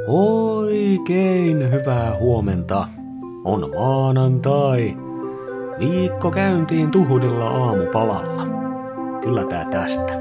Oikein hyvää huomenta. On maanantai. Viikko käyntiin Tuhudilla aamupalalla. Kyllä tää tästä.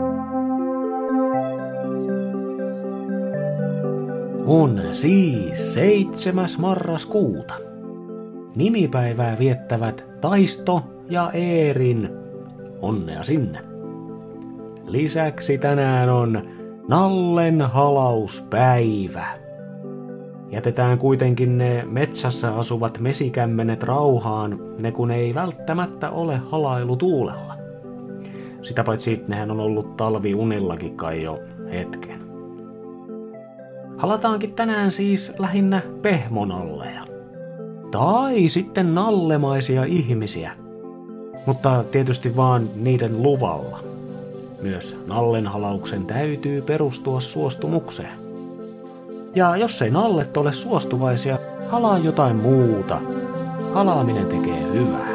On siis 7. marraskuuta. Nimipäivää viettävät Taisto ja Eerin. Onnea sinne. Lisäksi tänään on Nallen halauspäivä. Jätetään kuitenkin ne metsässä asuvat mesikämmenet rauhaan, ne kun ei välttämättä ole halailutuulella. Sitä paitsi nehän on ollut talviunillakin kai jo hetken. Halataankin tänään siis lähinnä pehmonalleja. Tai sitten nallemaisia ihmisiä. Mutta tietysti vaan niiden luvalla. Myös nallenhalauksen täytyy perustua suostumukseen. Ja jos ei nallet ole suostuvaisia, halaa jotain muuta. Halaaminen tekee hyvää.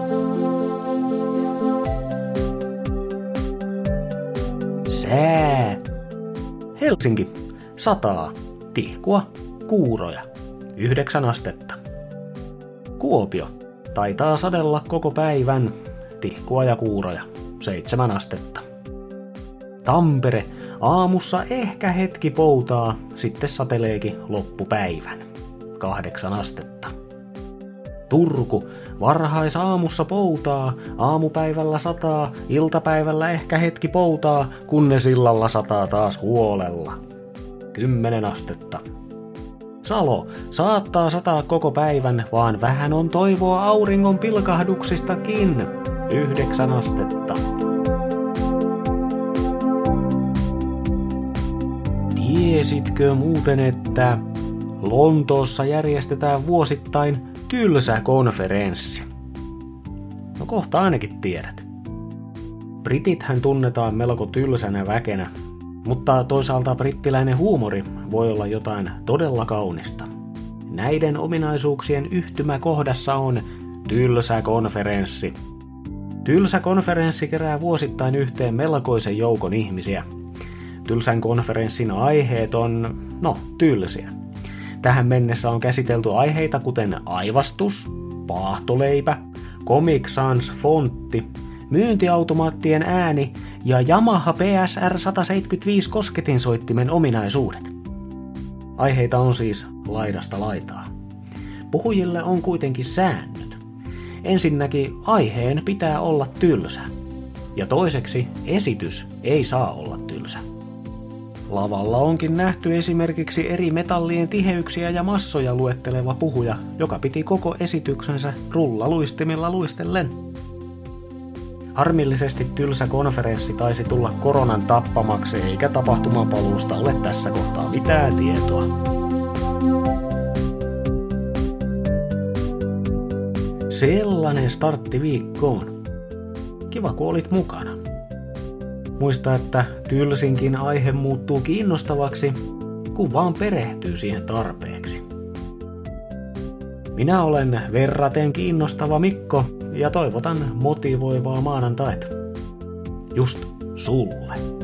Sää. Helsinki. Sataa. Tihkua. Kuuroja. 9 astetta. Kuopio. Taitaa sadella koko päivän. Tihkua ja kuuroja. 7 astetta. Tampere. Aamussa ehkä hetki poutaa, sitten sateleekin loppupäivän. 8 astetta. Turku. Varhaisaamussa poutaa, aamupäivällä sataa, iltapäivällä ehkä hetki poutaa, kunnes illalla sataa taas huolella. 10 astetta. Salo. Saattaa sataa koko päivän, vaan vähän on toivoa auringon pilkahduksistakin. 9 astetta. Tiesitkö muuten, että Lontoossa järjestetään vuosittain tylsä konferenssi? No kohta ainakin tiedät. Britithän tunnetaan melko tylsänä väkenä, mutta toisaalta brittiläinen huumori voi olla jotain todella kaunista. Näiden ominaisuuksien yhtymäkohdassa on tylsä konferenssi. Tylsä konferenssi kerää vuosittain yhteen melkoisen joukon ihmisiä. Tylsän konferenssin aiheet on, tylsiä. Tähän mennessä on käsitelty aiheita kuten aivastus, paahtoleipä, Comic Sans fontti, myyntiautomaattien ääni ja Yamaha PSR 175 kosketinsoittimen ominaisuudet. Aiheita on siis laidasta laitaa. Puhujille on kuitenkin säännöt. Ensinnäkin aiheen pitää olla tylsä. Ja toiseksi esitys ei saa olla tylsä. Lavalla onkin nähty esimerkiksi eri metallien tiheyksiä ja massoja luetteleva puhuja, joka piti koko esityksensä rullaluistimilla luistellen. Harmillisesti tylsä konferenssi taisi tulla koronan tappamaksi, eikä tapahtumapaluusta ole tässä kohtaa mitään tietoa. Sellainen startti viikkoon. Kiva kun olit mukana. Muista, että tylsinkin aihe muuttuu kiinnostavaksi, kun vaan perehtyy siihen tarpeeksi. Minä olen verraten kiinnostava Mikko ja toivotan motivoivaa maanantaita. Just sulle.